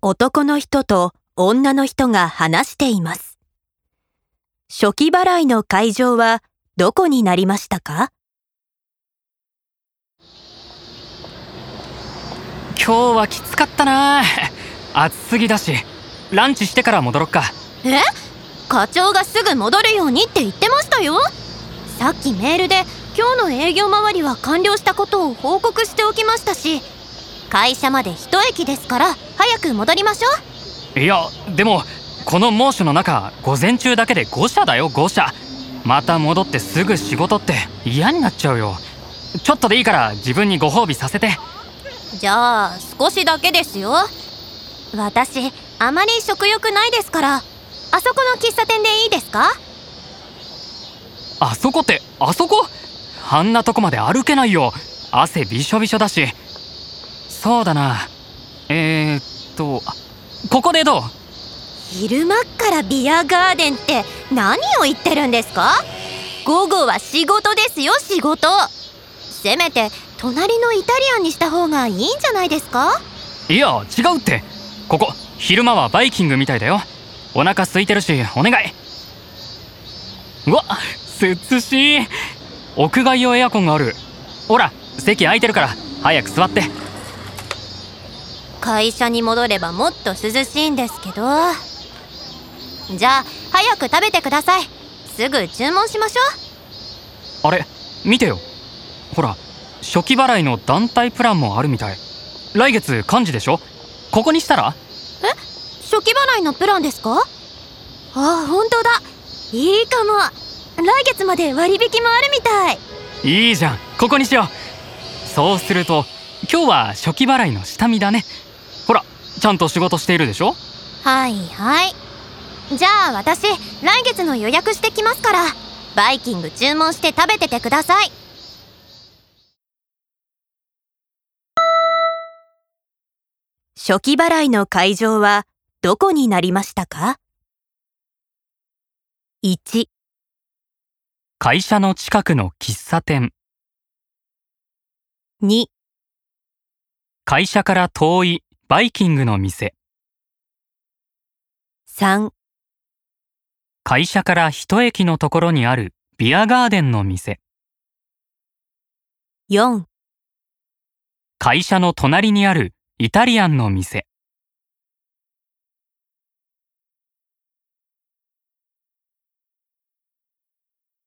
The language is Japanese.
男の人と女の人が話しています。初期払いの会場はどこになりましたか？ 今日はきつかったな。暑すぎだし、ランチしてから戻ろっか。 課長がすぐ戻るようにって言ってましたよ。さっきメールで今日の営業回りは完了したことを報告しておきましたし、会社まで一駅ですから早く戻りましょう。 いや、でもこの猛暑の中、午前中だけで5社だよ、5社。また戻ってすぐ仕事って嫌になっちゃうよ。ちょっとでいいから自分にご褒美させて。 じゃあ少しだけですよ。私あまり食欲ないですから、あそこの喫茶店でいいですか？ あそこって、あそこ？あんなとこまで歩けないよ。汗びしょびしょだし。そうだな、ここでどう？ 昼間っからビアガーデンって何を言ってるんですか？午後は仕事ですよ、仕事。せめて隣のイタリアンにした方がいいんじゃないですか？ いや、違うって。ここ昼間はバイキングみたいだよ。お腹空いてるし、お願い。うわ、涼しい。屋外用エアコンがある。ほら、席空いてるから早く座って。 会社に戻ればもっと涼しいんですけど。じゃあ早く食べてください。すぐ注文しましょう。あれ、見てよ。ほら、初期払いの団体プランもあるみたい。来月幹事でしょ。ここにしたら？ 初期払いのプランですか？あ、本当だ。いいかも。来月まで割引もあるみたい。 いいじゃん、ここにしよう。そうすると今日は初期払いの下見だね。ほら、ちゃんと仕事しているでしょ。 はいはい。じゃあ私来月の予約してきますから、バイキング注文して食べててください。初期払いの会場はどこになりましたか？ 1、 会社の近くの喫茶店。 2、 会社から遠いバイキングの店。 3、 会社から一駅のところにあるビアガーデンの店。 4、 会社の隣にあるイタリアンの店。